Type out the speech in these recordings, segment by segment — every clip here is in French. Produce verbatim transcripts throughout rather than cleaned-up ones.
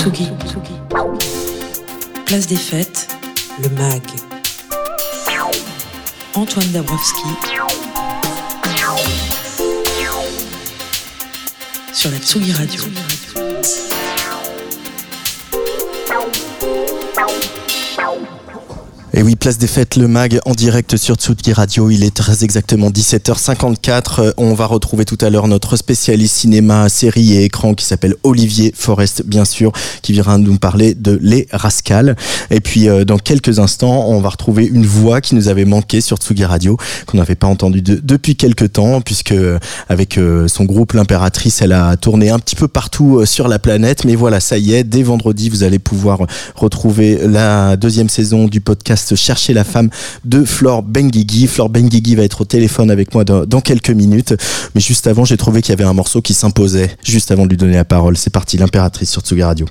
Tsugi. Place des Fêtes, le M A G. Antoine Dabrowski. Sur la Tsugi Radio. Et oui, Place des Fêtes, le M A G en direct sur Tsugi Radio. Il est très exactement dix-sept heures cinquante-quatre. On va retrouver tout à l'heure notre spécialiste cinéma, série et écran qui s'appelle Olivier Forest, bien sûr, qui viendra nous parler de Les Rascals. Et puis, euh, dans quelques instants, on va retrouver une voix qui nous avait manqué sur Tsugi Radio, qu'on n'avait pas entendue de, depuis quelques temps, puisque avec euh, son groupe L'Impératrice, elle a tourné un petit peu partout euh, sur la planète. Mais voilà, ça y est, dès vendredi, vous allez pouvoir retrouver la deuxième saison du podcast Chercher la femme de Flore Benguigui. Flore Benguigui va être au téléphone avec moi dans, dans quelques minutes. Mais juste avant, j'ai trouvé qu'il y avait un morceau qui s'imposait, juste avant de lui donner la parole. C'est parti, L'Impératrice sur Tsugi Radio.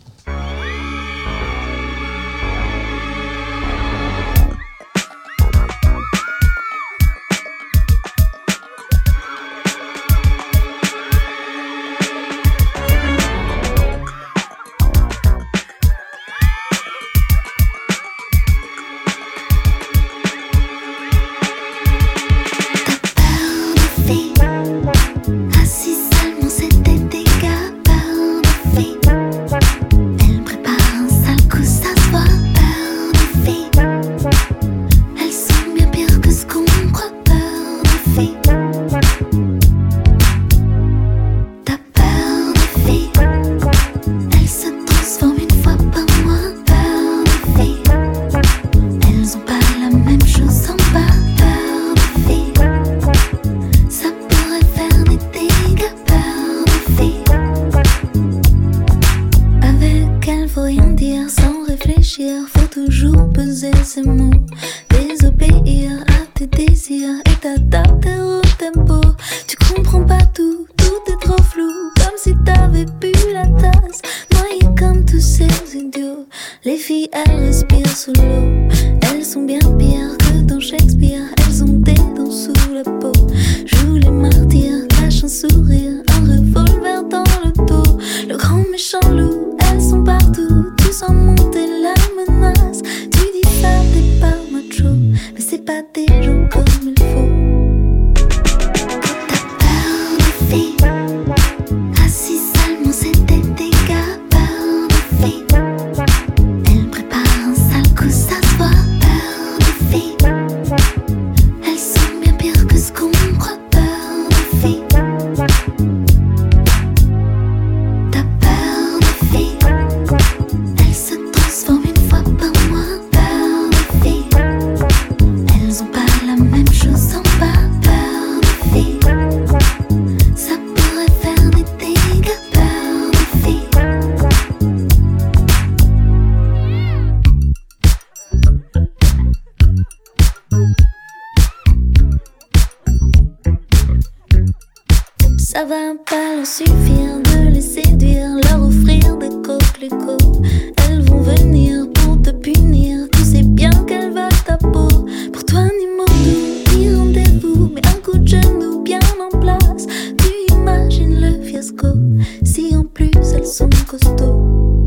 Ça va pas leur suffire de les séduire, leur offrir des coquelicots. Elles vont venir pour te punir, tu sais bien qu'elles veulent ta peau. Pour toi ni mot doux, ni rendez-vous, mais un coup de genou bien en place. Tu imagines le fiasco, si en plus elles sont costauds.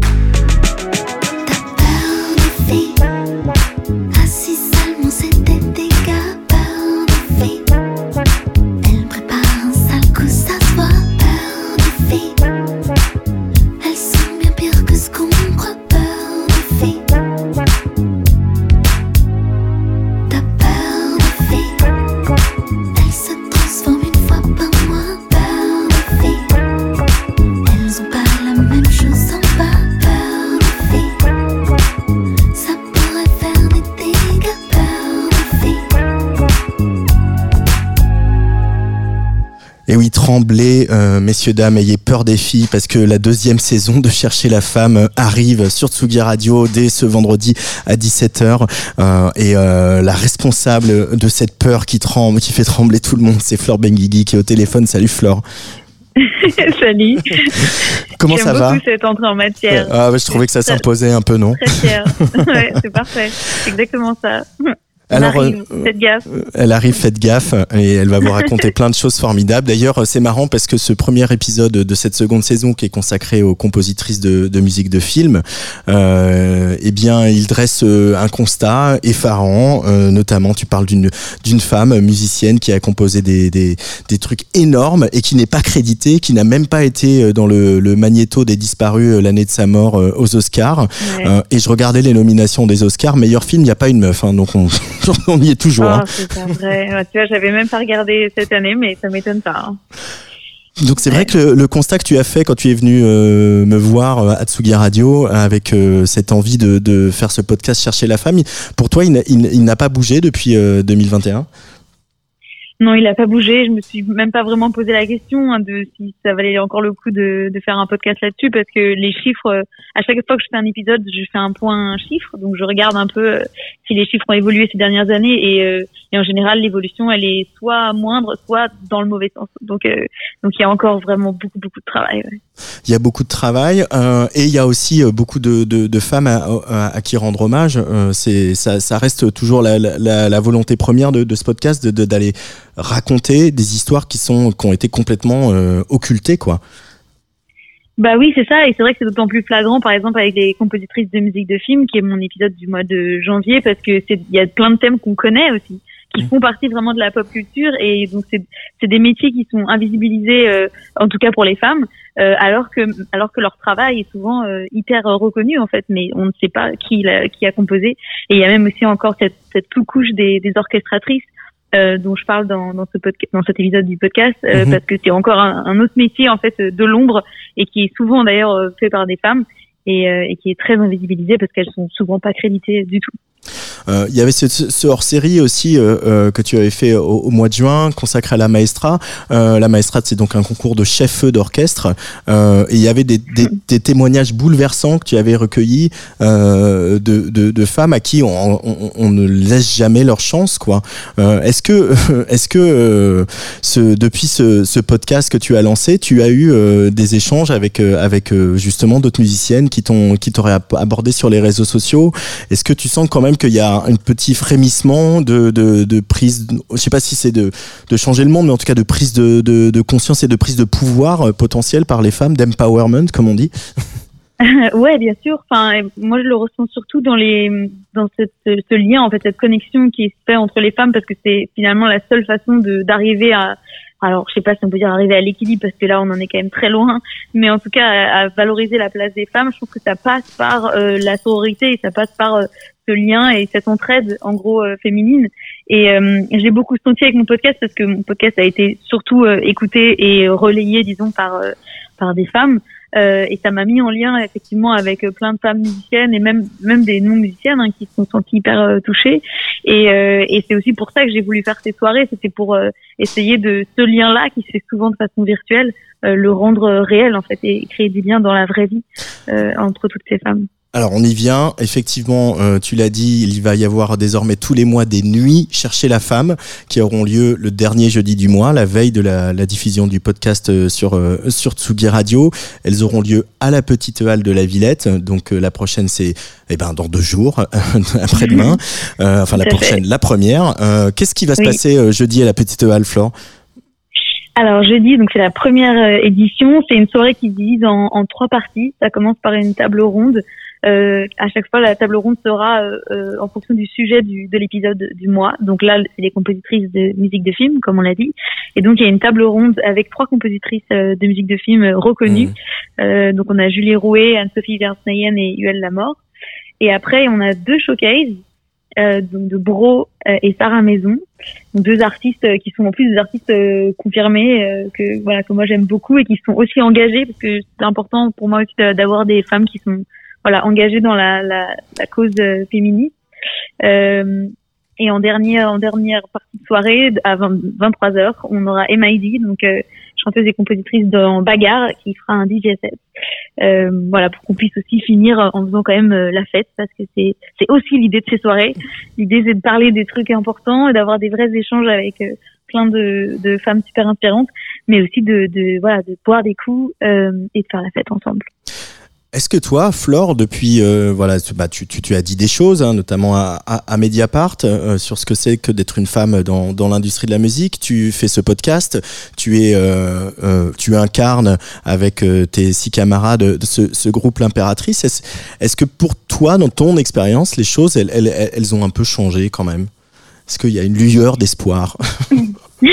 T'as peur des filles, assis seulement c'était des gars. Peur des filles, elles préparent un sale coup, ça se voit. Peur des filles, elles sont bien pires que ce qu'on croit. Peur des filles, t'as peur des filles, elles se transforment une fois par mois. Peur des filles, elles ont pas la même chose en bas. Peur des filles, ça pourrait faire des dégâts. Peur des filles. Et oui, tremblez, euh, messieurs, dames, ayez peur des filles, parce que la deuxième saison de Chercher la femme arrive sur Tsugi Radio dès ce vendredi à dix-sept heures. Euh, et euh, la responsable de cette peur qui tremble, qui fait trembler tout le monde, c'est Flore Benguigui qui est au téléphone. Salut Flore. Salut. Comment ça va? J'aime beaucoup cette entrée en matière. Ah, bah, je trouvais que ça s'imposait un peu, non? Très fière. Ouais, c'est parfait. C'est exactement ça. Alors, arrive, euh, faites gaffe. Elle arrive, faites gaffe, et elle va vous raconter plein de choses formidables. D'ailleurs, c'est marrant parce que ce premier épisode de cette seconde saison qui est consacré aux compositrices de, de musique de film, euh, eh bien, il dresse un constat effarant. Euh, notamment, tu parles d'une d'une femme musicienne qui a composé des des des trucs énormes et qui n'est pas créditée, qui n'a même pas été dans le le magnéto des disparus l'année de sa mort aux Oscars. Ouais. Euh, et je regardais les nominations des Oscars, meilleur film, il n'y a pas une meuf, hein, donc on, on y est toujours. Oh, hein. c'est pas vrai. Ouais, tu vois, j'avais même pas regardé cette année, mais ça m'étonne pas. Hein. Donc c'est vrai que le, le constat que tu as fait quand tu es venu euh, me voir à Tsugi Radio avec euh, cette envie de, de faire ce podcast Chercher la femme, pour toi, il n'a, il, il n'a pas bougé depuis euh, deux mille vingt et un ? Non, il a pas bougé. Je me suis même pas vraiment posé la question hein, de si ça valait encore le coup de, de faire un podcast là-dessus, parce que les chiffres, euh, à chaque fois que je fais un épisode, je fais un point chiffre, donc je regarde un peu euh, si les chiffres ont évolué ces dernières années, et, euh, et en général l'évolution elle est soit moindre, soit dans le mauvais sens. Donc euh, donc il y a encore vraiment beaucoup beaucoup de travail. Ouais. Il y a beaucoup de travail euh, et il y a aussi beaucoup de, de, de femmes à, à, à qui rendre hommage. Euh, c'est ça, ça reste toujours la, la, la volonté première de, de ce podcast, de, de, d'aller raconter des histoires qui sont qui ont été complètement euh, occultées, quoi. Bah oui, c'est ça, et c'est vrai que c'est d'autant plus flagrant, par exemple, avec les compositrices de musique de film, qui est mon épisode du mois de janvier, parce que c'est, il y a plein de thèmes qu'on connaît aussi, qui font partie vraiment de la pop culture, et donc c'est, c'est des métiers qui sont invisibilisés, euh, en tout cas pour les femmes, euh, alors que, alors que leur travail est souvent euh, hyper reconnu en fait, mais on ne sait pas qui l'a, qui a composé. Et il y a même aussi encore cette, cette sous-couche des, des orchestratrices. Euh, dont je parle dans, dans ce podcast, dans cet épisode du podcast, euh, mmh. parce que c'est encore un, un autre métier en fait de l'ombre et qui est souvent d'ailleurs fait par des femmes et, euh, et qui est très invisibilisé parce qu'elles sont souvent pas créditées du tout. Euh, il y avait ce, ce hors-série aussi euh, euh, que tu avais fait au, au mois de juin, consacré à la Maestra. Euh, la Maestra, c'est donc un concours de chef-feu d'orchestre. Euh, et il y avait des, des, des témoignages bouleversants que tu avais recueillis euh, de, de, de femmes à qui on, on, on ne laisse jamais leur chance, quoi. Euh, est-ce que, est-ce que euh, ce, depuis ce, ce podcast que tu as lancé, tu as eu euh, des échanges avec, euh, avec euh, justement d'autres musiciennes qui t'ont, qui t'auraient abordé sur les réseaux sociaux? Est-ce que tu sens quand même qu'il y a un petit frémissement de, de, de prise, je sais pas si c'est de, de changer le monde, mais en tout cas de prise de, de, de conscience et de prise de pouvoir potentiel par les femmes, d'empowerment, comme on dit? Ouais, bien sûr. Enfin, moi, je le ressens surtout dans les, dans cette, ce lien, en fait, cette connexion qui se fait entre les femmes, parce que c'est finalement la seule façon de, d'arriver à, alors, je sais pas si on peut dire arriver à l'équilibre, parce que là, on en est quand même très loin, mais en tout cas, à, à valoriser la place des femmes. Je trouve que ça passe par euh, la sororité, et ça passe par euh, ce lien et cette entraide, en gros, euh, féminine. Et euh, j'ai beaucoup senti avec mon podcast, parce que mon podcast a été surtout euh, écouté et relayé, disons, par euh, par des femmes. Euh, et ça m'a mis en lien effectivement avec euh, plein de femmes musiciennes et même même des non musiciennes hein, qui se sont senties hyper euh, touchées. Et, euh, et c'est aussi pour ça que j'ai voulu faire ces soirées. C'était pour euh, essayer de ce lien-là qui se fait souvent de façon virtuelle, euh, le rendre réel en fait et créer du lien dans la vraie vie euh, entre toutes ces femmes. Alors on y vient, effectivement, euh, tu l'as dit, il va y avoir désormais tous les mois des nuits Chercher la femme qui auront lieu le dernier jeudi du mois, la veille de la, la diffusion du podcast sur euh, sur Tsugi Radio. Elles auront lieu à la Petite Halle de la Villette, donc euh, la prochaine c'est eh ben dans deux jours, après-demain, euh, enfin la prochaine, la première. Euh, qu'est-ce qui va se oui. passer euh, jeudi à la Petite Halle, Flore? Alors jeudi, donc c'est la première édition, c'est une soirée qui se divise en, en trois parties. Ça commence par une table ronde. Euh, à chaque fois, la table ronde sera euh, en fonction du sujet du, de l'épisode du mois. Donc là, c'est les compositrices de musique de film, comme on l'a dit. Et donc, il y a une table ronde avec trois compositrices euh, de musique de film reconnues. Mmh. Euh, donc, on a Julie Rouet, Anne-Sophie Versneyen et Huel Lamort. Et après, on a deux showcases, euh, donc de Bro euh, et Sarah Maison. Donc, deux artistes euh, qui sont en plus des artistes euh, confirmés, euh, que voilà que moi j'aime beaucoup et qui sont aussi engagés, parce que c'est important pour moi aussi d'avoir des femmes qui sont voilà, engagée dans la, la, la cause euh, féministe. Euh, et en dernière, en dernière partie de soirée, à vingt-trois heures, on aura M I D, donc euh, chanteuse et compositrice dans Bagarre, qui fera un D J set. Euh, voilà, pour qu'on puisse aussi finir en faisant quand même euh, la fête, parce que c'est c'est aussi l'idée de ces soirées. L'idée, c'est de parler des trucs importants et d'avoir des vrais échanges avec euh, plein de, de femmes super inspirantes, mais aussi de, de voilà, de boire des coups euh, et de faire la fête ensemble. Est-ce que toi, Flore, depuis, euh, voilà, bah, tu, tu, tu as dit des choses, hein, notamment à, à, à Mediapart, euh, sur ce que c'est que d'être une femme dans, dans l'industrie de la musique. Tu fais ce podcast, tu es, euh, euh, tu incarnes avec euh, tes six camarades de ce, ce groupe L'Impératrice. Est-ce, est-ce que pour toi, dans ton expérience, les choses, elles, elles, elles ont un peu changé quand même? Est-ce qu'il y a une lueur d'espoir? euh,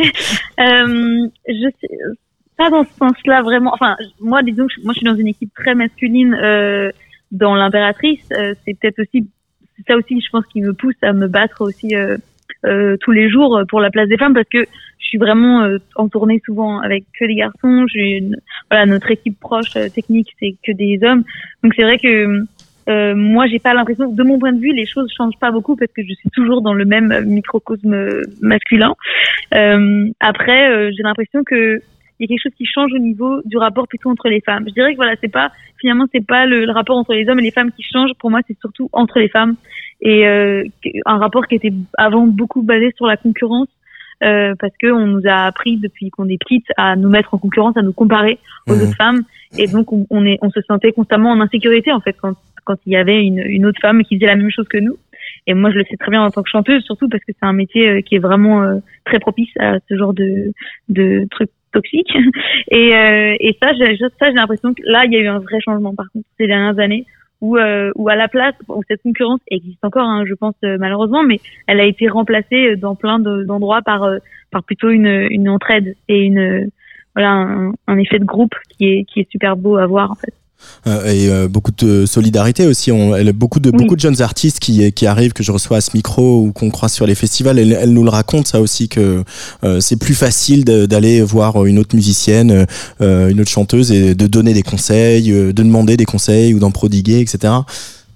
je sais. Pas dans ce sens-là vraiment. Enfin, moi, disons que je, moi, je suis dans une équipe très masculine euh, dans l'Impératrice. Euh, c'est peut-être aussi, c'est ça aussi, je pense, qui me pousse à me battre aussi euh, euh, tous les jours pour la place des femmes, parce que je suis vraiment euh, en tournée souvent avec que des garçons. J'ai une, voilà, notre équipe proche euh, technique, c'est que des hommes. Donc c'est vrai que euh, moi, j'ai pas l'impression, de mon point de vue, les choses changent pas beaucoup parce que je suis toujours dans le même microcosme masculin. Euh, après, euh, j'ai l'impression que il y a quelque chose qui change au niveau du rapport plutôt entre les femmes. Je dirais que voilà, c'est pas, finalement, c'est pas le, le rapport entre les hommes et les femmes qui change. Pour moi, c'est surtout entre les femmes. Et, euh, un rapport qui était avant beaucoup basé sur la concurrence, euh, parce que on nous a appris depuis qu'on est petite à nous mettre en concurrence, à nous comparer aux mmh. autres femmes. Et donc, on, on est, on se sentait constamment en insécurité, en fait, quand, quand il y avait une, une autre femme qui faisait la même chose que nous. Et moi, je le sais très bien en tant que chanteuse, surtout parce que c'est un métier qui est vraiment euh, très propice à ce genre de, de trucs toxique. Et, euh, et ça, j'ai, ça, j'ai l'impression que là, il y a eu un vrai changement, par contre, ces dernières années, où, euh, où à la place, où cette concurrence existe encore, hein, je pense, euh, malheureusement, mais elle a été remplacée dans plein de, d'endroits par, euh, par plutôt une, une entraide et une, voilà, un, un effet de groupe qui est, qui est super beau à voir, en fait. Euh, et euh, beaucoup de solidarité aussi. On, elle, beaucoup de oui. beaucoup de jeunes artistes qui qui arrivent, que je reçois à ce micro ou qu'on croise sur les festivals. Elle, elle nous le raconte ça aussi, que euh, c'est plus facile de, d'aller voir une autre musicienne, euh, une autre chanteuse, et de donner des conseils, euh, de demander des conseils ou d'en prodiguer, et cetera.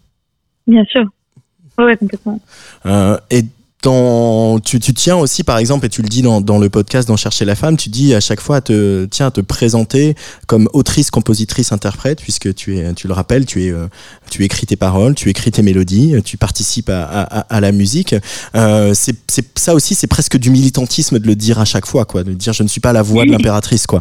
Bien sûr. Ouais, ouais, complètement. Euh, et Dans, tu, tu tiens aussi, par exemple, et tu le dis dans, dans le podcast d'En chercher la femme, tu dis à chaque fois à te, tiens, à te présenter comme autrice, compositrice, interprète, puisque tu es, tu le rappelles, tu es, tu écris tes paroles, tu écris tes mélodies, tu participes à, à, à la musique. Euh, c'est, c'est, ça aussi, c'est presque du militantisme de le dire à chaque fois, quoi, de dire je ne suis pas la voix de l'impératrice, quoi.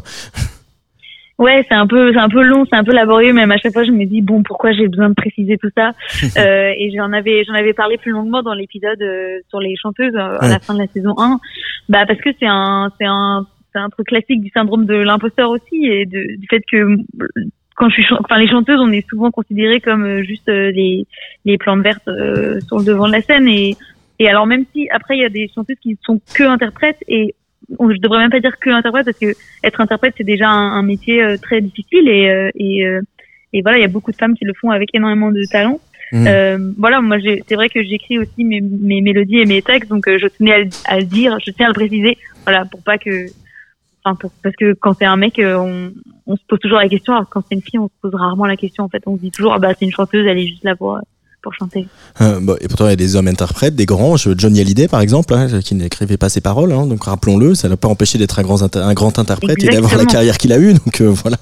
Ouais, c'est un peu, c'est un peu long, c'est un peu laborieux, même à chaque fois je me dis bon, pourquoi j'ai besoin de préciser tout ça. euh, et j'en avais, j'en avais parlé plus longuement dans l'épisode euh, sur les chanteuses euh, à ouais. la fin de la saison un. Bah parce que c'est un, c'est un, c'est un truc classique du syndrome de l'imposteur aussi, et de, du fait que quand je suis, enfin les chanteuses, on est souvent considérées comme juste euh, les les plantes vertes euh, sur le devant de la scène, et et alors même si après il y a des chanteuses qui sont que interprètes, et je devrais même pas dire que interprète, parce que être interprète c'est déjà un, un métier euh, très difficile, et euh, et euh, et voilà, il y a beaucoup de femmes qui le font avec énormément de talent. Mmh. Euh, voilà, moi j'ai, c'est vrai que j'écris aussi mes, mes mélodies et mes textes, donc euh, je tenais à, à le dire, je tiens à le préciser, voilà, pour pas que, enfin pour, parce que quand c'est un mec, euh, on, on se pose toujours la question, alors que quand c'est une fille, on se pose rarement la question. En fait, on se dit toujours ah bah c'est une chanteuse, elle est juste là pour pour chanter. Euh, bah, et pourtant il y a des hommes interprètes, des grands, Johnny Hallyday par exemple, hein, qui n'écrivait pas ses paroles, hein, donc rappelons-le, ça n'a pas empêché d'être un grand, inter- un grand interprète. Exactement. Et d'avoir la carrière qu'il a eue, donc euh, voilà.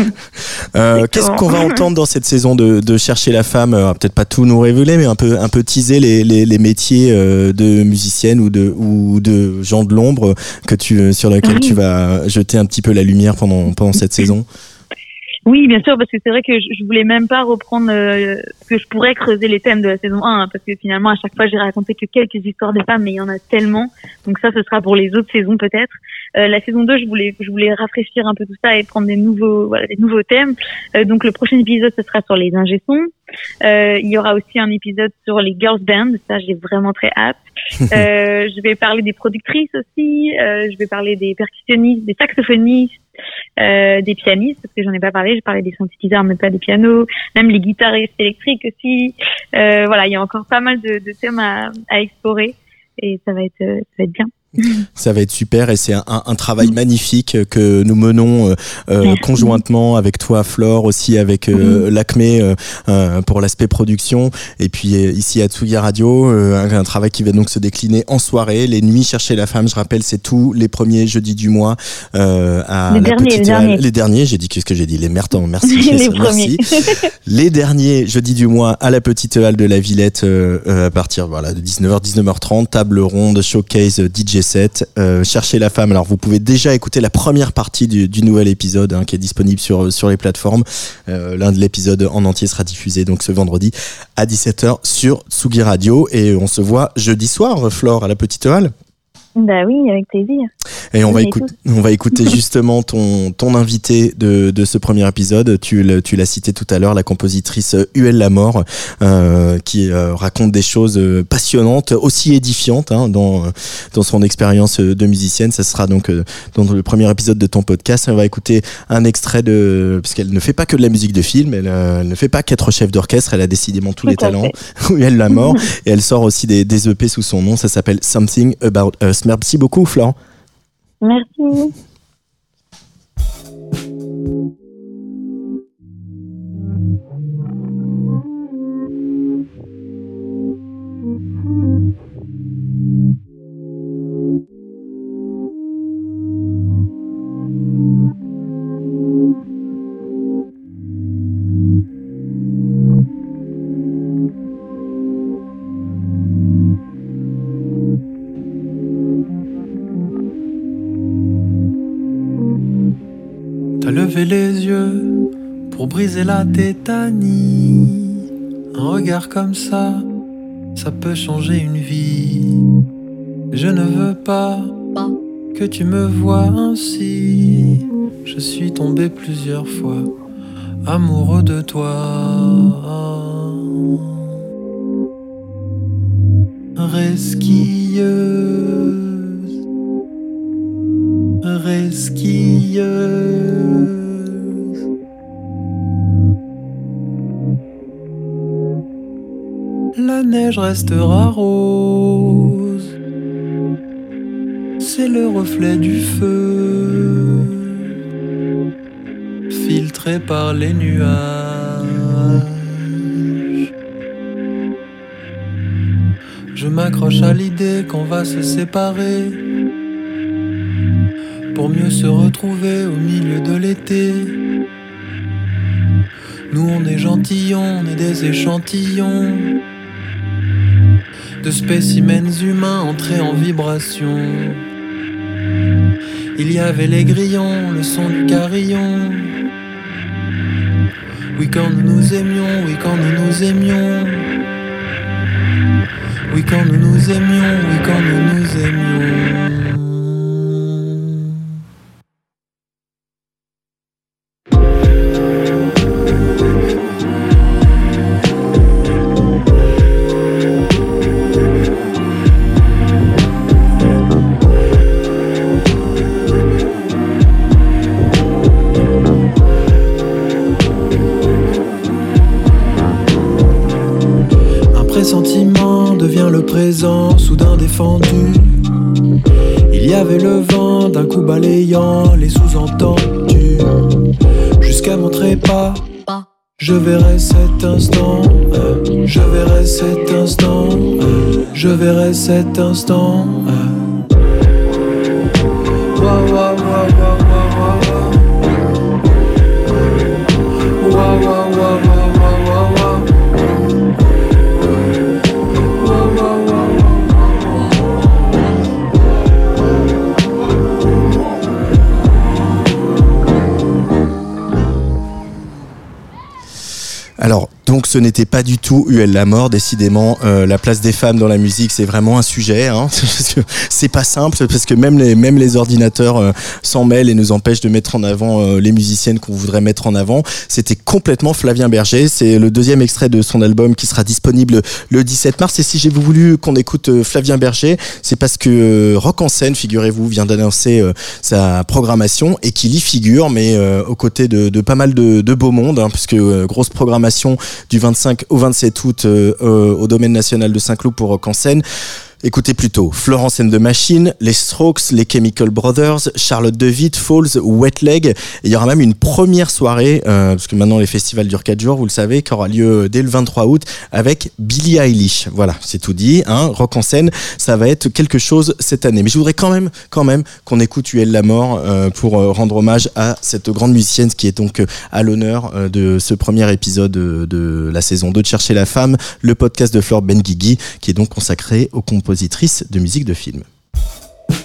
euh, qu'est-ce qu'on va entendre dans cette saison de, de Chercher la femme? Alors, peut-être pas tout nous révéler, mais un peu, un peu teaser les, les, les métiers euh, de musicienne ou de, ou de gens de l'ombre que tu, sur lesquels oui. tu vas jeter un petit peu la lumière pendant, pendant cette saison. Oui, bien sûr, parce que c'est vrai que je, je voulais même pas reprendre euh, que je pourrais creuser les thèmes de la saison un, hein, parce que finalement à chaque fois j'ai raconté que quelques histoires de femmes, mais il y en a tellement, donc ça ce sera pour les autres saisons peut-être. Euh, la saison deux, je voulais je voulais rafraîchir un peu tout ça et prendre des nouveaux voilà des nouveaux thèmes. Euh, donc le prochain épisode ce sera sur les ingé-sons. Euh, il y aura aussi un épisode sur les girls band, ça j'ai vraiment très hâte. Euh, je vais parler des productrices aussi, euh, je vais parler des percussionnistes, des saxophonistes, euh, des pianistes, parce que j'en ai pas parlé, j'ai parlé des synthétiseurs mais pas des pianos, même les guitaristes électriques aussi. Euh, voilà, il y a encore pas mal de, de thèmes à, à explorer, et ça va être, ça va être bien. Ça va être super, et c'est un, un travail magnifique que nous menons euh, conjointement avec toi, Flore, aussi avec euh, mmh. l'Acmé euh, pour l'aspect production, et puis euh, ici à Tsugi Radio, euh, un, un travail qui va donc se décliner en soirée. Les nuits Chercher la femme, je rappelle, c'est tous les premiers jeudis du mois euh, à les la derniers, petite les halle. derniers. Les derniers, j'ai dit qu'est-ce que j'ai dit, les merdes, merci. les merci. Les derniers jeudis du mois à la petite halle de la Villette euh, à partir voilà de dix-neuf heures dix-neuf heures trente, table ronde, showcase, D J G sept, euh, Chercher la femme. Alors vous pouvez déjà écouter la première partie du, du nouvel épisode hein, qui est disponible sur, sur les plateformes. Euh, l'un de l'épisode en entier sera diffusé donc ce vendredi à dix-sept heures sur Tsugi Radio. Et on se voit jeudi soir, Flore, à la Petite Halle. Bah oui, avec plaisir. Et on va, écoute, on va écouter justement ton, ton invité de, de ce premier épisode. Tu, le, tu l'as cité tout à l'heure, la compositrice Huel Lamor, euh, qui euh, raconte des choses passionnantes, aussi édifiantes hein, dans, dans son expérience de musicienne. Ça sera donc euh, dans le premier épisode de ton podcast. On va écouter un extrait de... Parce qu'elle ne fait pas que de la musique de film, elle, euh, elle ne fait pas qu'être chef d'orchestre, elle a décidément tous tout les talents. Huel Lamor. Et elle sort aussi des, des E P sous son nom. Ça s'appelle Something About Us. Merci beaucoup, Flore. Merci. Lever les yeux pour briser la tétanie. Un regard comme ça, ça peut changer une vie. Je ne veux pas que tu me vois ainsi. Je suis tombé plusieurs fois amoureux de toi. Resquilleuse, resquilleuse. La neige restera rose, c'est le reflet du feu, filtré par les nuages. Je m'accroche à l'idée qu'on va se séparer pour mieux se retrouver au milieu de l'été. Nous on est gentillons, on est des échantillons de spécimens humains entrés en vibration. Il y avait les grillons, le son du carillon. Oui quand nous nous aimions, oui quand nous nous aimions. Oui quand nous nous aimions, oui quand nous nous aimions. Sentiment devient le présent, soudain défendu. Il y avait le vent d'un coup balayant les sous-entendus. Jusqu'à mon trépas, je verrai cet instant, euh, je verrai cet instant, euh, je verrai cet instant. Euh. Wa, wa, wa, wa, wa, wa, wa. Wa, wa, wa, wa, wa, wa, wa. Alors, donc ce n'était pas du tout Huel Lamor, décidément euh, la place des femmes dans la musique c'est vraiment un sujet, hein, parce que c'est pas simple, parce que même les, même les ordinateurs euh, s'en mêlent et nous empêchent de mettre en avant euh, les musiciennes qu'on voudrait mettre en avant. C'était complètement Flavien Berger, c'est le deuxième extrait de son album qui sera disponible le dix-sept mars. Et si j'ai voulu qu'on écoute euh, Flavien Berger, c'est parce que euh, Rock en scène, figurez-vous, vient d'annoncer euh, sa programmation et qu'il y figure, mais euh, aux côtés de, de pas mal de, de beau monde, hein, puisque euh, grosse programmation du vingt-cinq au vingt-sept août euh, euh, au domaine national de Saint-Cloud pour Rock en scène. Écoutez plutôt Florence and the Machine, les Strokes, les Chemical Brothers, Charlotte DeWitt, Falls, Wet Leg. Et il y aura même une première soirée, euh, parce que maintenant les festivals durent quatre jours, vous le savez, qui aura lieu dès le vingt-trois août avec Billie Eilish. Voilà, c'est tout dit, hein. Rock en scène, ça va être quelque chose cette année. Mais je voudrais quand même, quand même qu'on écoute Huel Lamor euh, pour euh, rendre hommage à cette grande musicienne qui est donc euh, à l'honneur euh, de ce premier épisode de, de la saison deux de Chercher la femme, le podcast de Flore Benguigui, qui est donc consacré aux compositeurs de musique de film.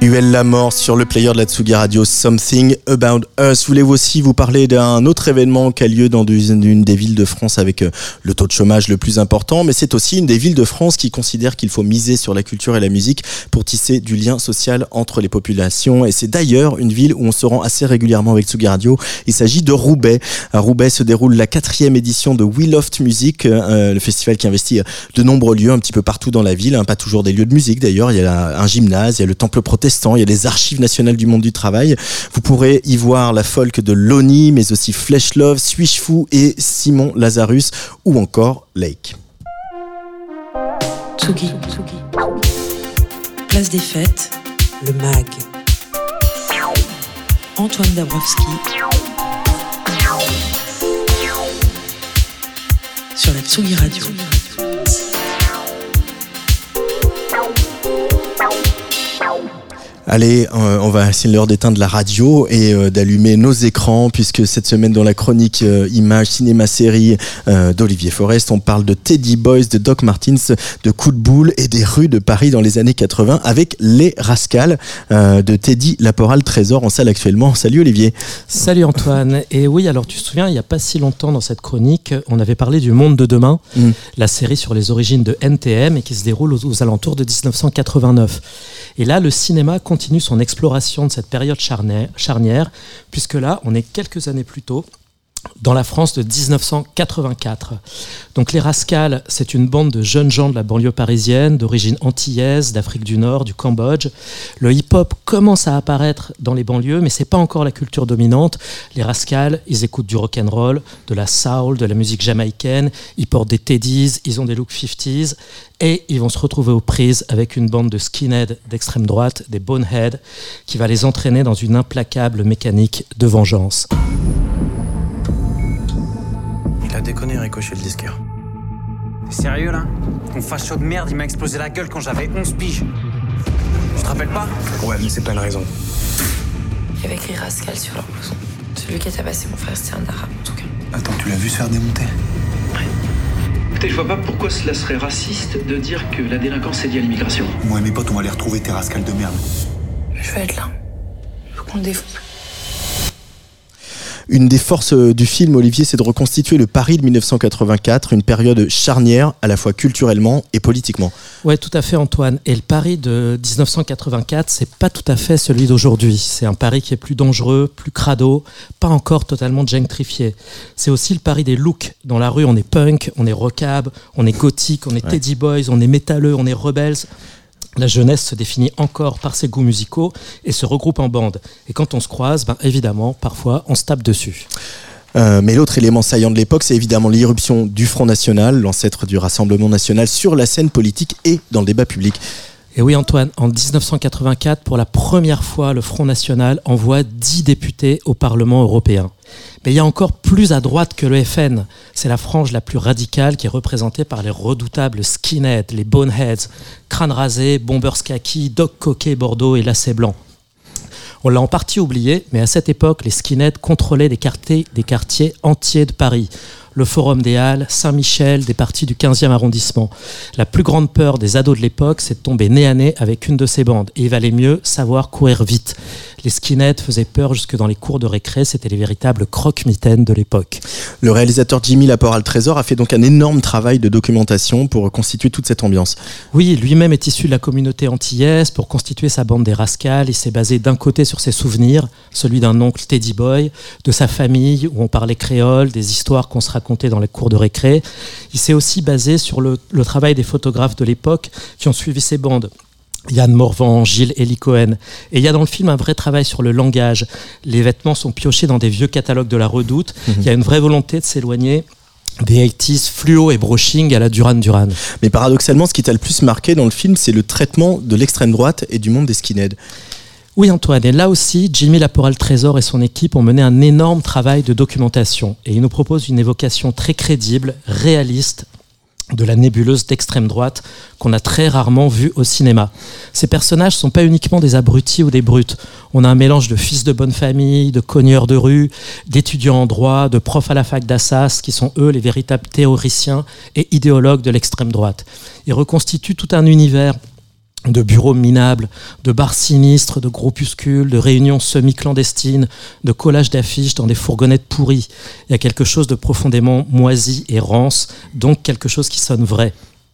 Huel la mort sur le player de la Tsugi Radio, Something About Us. Voulez-vous aussi vous parler d'un autre événement qui a lieu dans une des villes de France avec le taux de chômage le plus important, mais c'est aussi une des villes de France qui considère qu'il faut miser sur la culture et la musique pour tisser du lien social entre les populations. Et c'est d'ailleurs une ville où on se rend assez régulièrement avec Tsugi Radio. Il s'agit de Roubaix. À Roubaix se déroule la quatrième édition de We Loft Music, euh, le festival qui investit de nombreux lieux un petit peu partout dans la ville, hein, pas toujours des lieux de musique d'ailleurs. Il y a un gymnase, il y a le temple protestant, il y a les archives nationales du monde du travail. Vous pourrez y voir la folk de Lonnie, mais aussi Flesh Love, Swish Foo et Simon Lazarus, ou encore Lake. Tsugi. Place des Fêtes, le M A G. Antoine Dabrowski sur la Tsugi Radio. Allez, euh, on va c'est l'heure d'éteindre la radio et euh, d'allumer nos écrans, puisque cette semaine dans la chronique euh, images, cinéma, série euh, d'Olivier Forest, on parle de Teddy Boys, de Doc Martens, de Coup de boule et des rues de Paris dans les années quatre-vingts avec Les Rascals euh, de Teddy Laporal Trésor en salle actuellement. Salut Olivier. Salut Antoine. Et oui, alors tu te souviens, il n'y a pas si longtemps dans cette chronique, on avait parlé du Monde de demain, mmh. la série sur les origines de N T M et qui se déroule aux, aux alentours de dix-neuf cent quatre-vingt-neuf. Et là, le cinéma continue son exploration de cette période charnière, charnière, puisque là, on est quelques années plus tôt, dans la France de dix-neuf cent quatre-vingt-quatre. Donc les Rascals, c'est une bande de jeunes gens de la banlieue parisienne, d'origine antillaise, d'Afrique du Nord, du Cambodge. Le hip-hop commence à apparaître dans les banlieues, mais c'est pas encore la culture dominante. Les Rascals, ils écoutent du rock'n'roll, de la soul, de la musique jamaïcaine, ils portent des teddies, ils ont des looks cinquantaines, et ils vont se retrouver aux prises avec une bande de skinheads d'extrême droite, des boneheads, qui va les entraîner dans une implacable mécanique de vengeance. Il a déconné, Ricochet, le disquaire. T'es sérieux là? Ton facho de merde, il m'a explosé la gueule quand j'avais onze piges. Tu te rappelles pas? Ouais, mais c'est pas une raison. Il y avait écrit Rascal sur leur blouson. Celui qui a tabassé mon frère, c'était un arabe en tout cas. Attends, tu l'as vu se faire démonter? Ouais. Écoutez, je vois pas pourquoi cela serait raciste de dire que la délinquance est liée à l'immigration. Moi et mes potes, on va les retrouver, tes rascals de merde. Je veux être là. Faut qu'on le défonce. Une des forces du film, Olivier, c'est de reconstituer le Paris de dix-neuf cent quatre-vingt-quatre, une période charnière à la fois culturellement et politiquement. Ouais, tout à fait Antoine. Et le Paris de dix-neuf cent quatre-vingt-quatre, c'est pas tout à fait celui d'aujourd'hui. C'est un Paris qui est plus dangereux, plus crado, pas encore totalement gentrifié. C'est aussi le Paris des looks. Dans la rue, on est punk, on est rockab, on est gothique, on est ouais. Teddy Boys, on est métalleux, on est rebels. La jeunesse se définit encore par ses goûts musicaux et se regroupe en bande. Et quand on se croise, ben évidemment, parfois, on se tape dessus. Euh, mais l'autre élément saillant de l'époque, c'est évidemment l'irruption du Front National, l'ancêtre du Rassemblement National, sur la scène politique et dans le débat public. Et oui Antoine, en dix-neuf cent quatre-vingt-quatre, pour la première fois, le Front National envoie dix députés au Parlement européen. Mais il y a encore plus à droite que le F N. C'est la frange la plus radicale qui est représentée par les redoutables skinheads, les boneheads, crâne rasé, bombers kaki, doc coquet Bordeaux et lacets blancs. On l'a en partie oublié, mais à cette époque, les skinheads contrôlaient des quartiers, des quartiers entiers de Paris. Le Forum des Halles, Saint-Michel, des parties du quinzième arrondissement. La plus grande peur des ados de l'époque, c'est de tomber nez à nez avec une de ces bandes. Et il valait mieux savoir courir vite. Les skinheads faisaient peur jusque dans les cours de récré, c'était les véritables croque-mitaines de l'époque. Le réalisateur Jimmy Laporal Trésor a fait donc un énorme travail de documentation pour constituer toute cette ambiance. Oui, lui-même est issu de la communauté antillaise. Pour constituer sa bande des Rascals, il s'est basé d'un côté sur ses souvenirs, celui d'un oncle Teddy Boy, de sa famille où on parlait créole, des histoires qu'on se racontait dans les cours de récré. Il s'est aussi basé sur le, le travail des photographes de l'époque qui ont suivi ces bandes. Yann Morvan, Gilles Elie Cohen. Et il y a dans le film un vrai travail sur le langage. Les vêtements sont piochés dans des vieux catalogues de la Redoute. Mmh. Il y a une vraie volonté de s'éloigner des quatre-vingt-dix fluo et brushing à la Duran Duran. Mais paradoxalement, ce qui t'a le plus marqué dans le film, c'est le traitement de l'extrême droite et du monde des skinheads. Oui Antoine, et là aussi, Jimmy Laporal Trésor et son équipe ont mené un énorme travail de documentation. Et ils nous proposent une évocation très crédible, réaliste, de la nébuleuse d'extrême droite qu'on a très rarement vue au cinéma. Ces personnages ne sont pas uniquement des abrutis ou des brutes. On a un mélange de fils de bonne famille, de cogneurs de rue, d'étudiants en droit, de profs à la fac d'Assas, qui sont eux les véritables théoriciens et idéologues de l'extrême droite. Ils reconstituent tout un univers de bureaux minables, de bars sinistres, de groupuscules, de réunions semi-clandestines, de collages d'affiches dans des fourgonnettes pourries. Il y a quelque chose de profondément moisi et rance, donc quelque chose qui sonne vrai.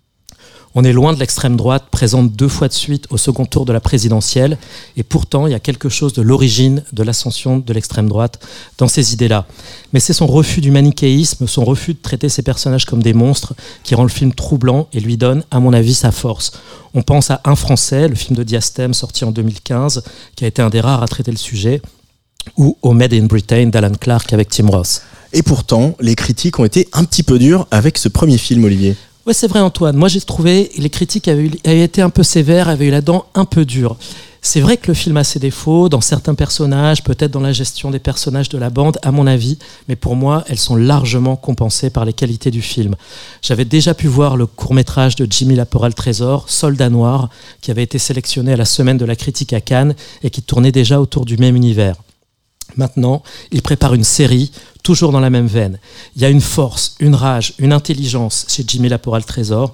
On est loin de l'extrême droite, présente deux fois de suite au second tour de la présidentielle, et pourtant il y a quelque chose de l'origine de l'ascension de l'extrême droite dans ces idées-là. Mais c'est son refus du manichéisme, son refus de traiter ses personnages comme des monstres qui rend le film troublant et lui donne, à mon avis, sa force. On pense à Un Français, le film de Diastème sorti en deux mille quinze, qui a été un des rares à traiter le sujet, ou au Made in Britain d'Alan Clarke avec Tim Roth. Et pourtant, les critiques ont été un petit peu dures avec ce premier film, Olivier. Oui, c'est vrai, Antoine. Moi, j'ai trouvé les critiques avaient, eu, avaient été un peu sévères, avaient eu la dent un peu dure. C'est vrai que le film a ses défauts, dans certains personnages, peut-être dans la gestion des personnages de la bande, à mon avis, mais pour moi, elles sont largement compensées par les qualités du film. J'avais déjà pu voir le court-métrage de Jimmy Laporal-Trésor, Soldat Noir, qui avait été sélectionné à la Semaine de la critique à Cannes et qui tournait déjà autour du même univers. Maintenant, il prépare une série, toujours dans la même veine. Il y a une force, une rage, une intelligence chez Jimmy Laporal-Trésor,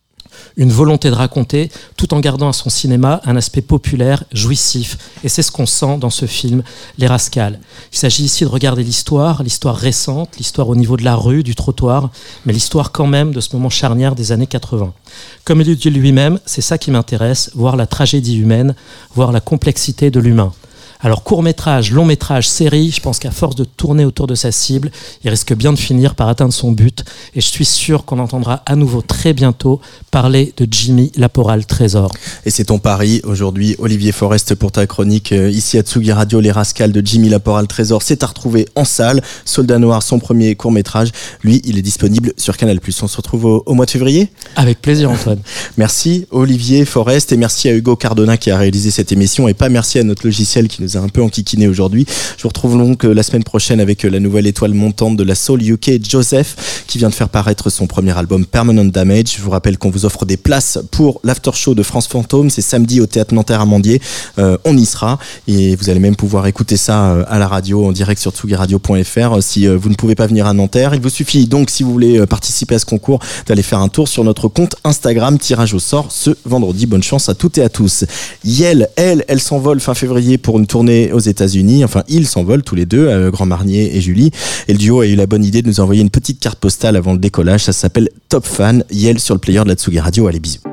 une volonté de raconter, tout en gardant à son cinéma un aspect populaire, jouissif. Et c'est ce qu'on sent dans ce film, Les Rascals. Il s'agit ici de regarder l'histoire, l'histoire récente, l'histoire au niveau de la rue, du trottoir, mais l'histoire quand même de ce moment charnière des années quatre-vingts. Comme il le dit lui-même, c'est ça qui m'intéresse, voir la tragédie humaine, voir la complexité de l'humain. Alors court-métrage, long-métrage, série, je pense qu'à force de tourner autour de sa cible, il risque bien de finir par atteindre son but. Et je suis sûr qu'on entendra à nouveau très bientôt parler de Jimmy Laporal-Trésor. Et c'est ton pari aujourd'hui, Olivier Forest, pour ta chronique euh, ici à Tsugi Radio, Les Rascals de Jimmy Laporal-Trésor. C'est à retrouver en salle. Soldat Noir, son premier court-métrage, lui, il est disponible sur Canal plus. On se retrouve au, au mois de février ? Avec plaisir, Antoine. Merci Olivier Forest et merci à Hugo Cardona qui a réalisé cette émission et pas merci à notre logiciel qui nous a un peu enquiquiné aujourd'hui. Je vous retrouve donc la semaine prochaine avec la nouvelle étoile montante de la Soul U K, Joseph, qui vient de faire paraître son premier album Permanent Damage. Je vous rappelle qu'on vous offre des places pour l'after show de France Fantôme. C'est samedi au Théâtre Nanterre à Mandier. Euh, on y sera et vous allez même pouvoir écouter ça à la radio en direct sur tsugi radio point f r si vous ne pouvez pas venir à Nanterre. Il vous suffit donc, si vous voulez participer à ce concours, d'aller faire un tour sur notre compte Instagram. Tirage au sort ce vendredi. Bonne chance à toutes et à tous. Yel, elle, elle s'envole fin février pour une tournée aux États-Unis. Enfin, ils s'envolent tous les deux, euh, Grand Marnier et Julie. Et le duo a eu la bonne idée de nous envoyer une petite carte postale avant le décollage. Ça s'appelle Top Fan. Yel sur le player de la Tsugi Radio. Allez, bisous.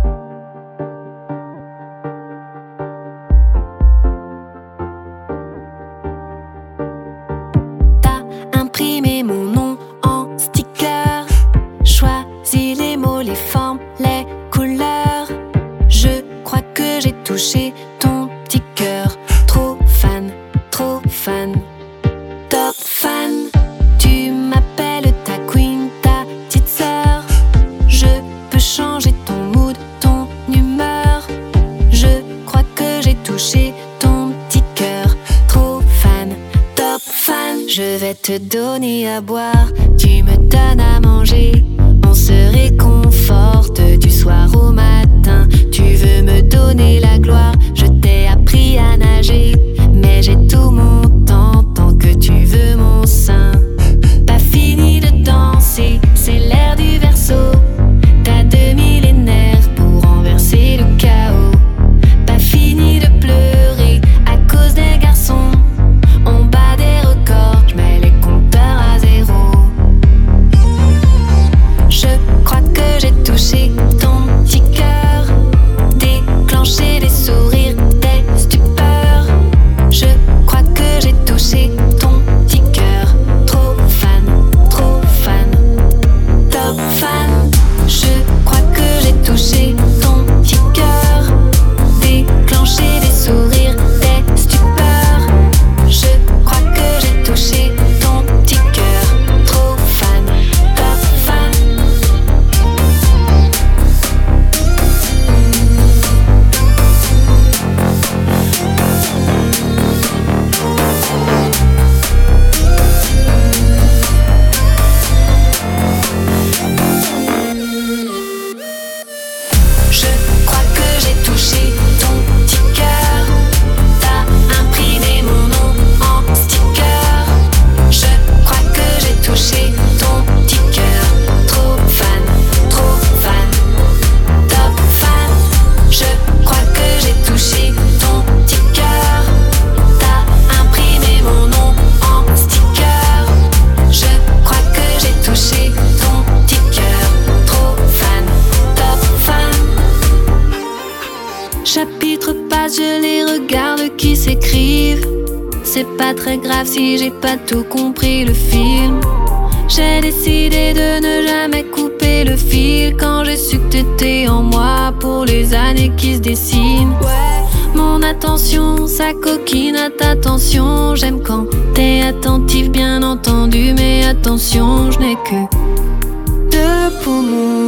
T'as imprimé mon nom en sticker. Choisis les mots, les formes, les couleurs. Je crois que j'ai touché ton petit cœur. Trop fan, trop fan, top fan. Tu m'appelles ta queen, ta petite sœur. Je peux changer ton mood, ton humeur. Je crois que j'ai touché ton petit cœur. Trop fan, top fan. Je vais te donner à boire, tu me donnes à manger. On se réconforte du soir au matin. Tu veux me donner la gloire, je t'ai appris à nager. Mais j'ai tout mon temps tant que tu veux mon sein. Pas fini de danser, c'est l'air du verso. T'as deux millénaires pour renverser le chaos. Pas fini de pleurer à cause des garçons. On bat des records, je mets les compteurs à zéro. Je crois que j'ai touché ton petit cœur, déclenché des sourires, des stupeurs. Je crois que j'ai touché ton petit cœur. Trop fan, trop fan, top fan. Je crois que j'ai touché ton petit cœur, déclenché des sourires, des stupeurs. Je crois que j'ai touché ton petit cœur. Trop fan, top fan. chapitres passent, je les regarde qui s'écrivent. C'est pas très grave si j'ai pas tout compris le film. J'ai décidé de ne jamais couper le fil quand j'ai su que t'étais en moi pour les années qui se dessinent. Mon attention, ça coquine à ta tension. J'aime quand t'es attentif, bien entendu, mais attention, je n'ai que deux poumons.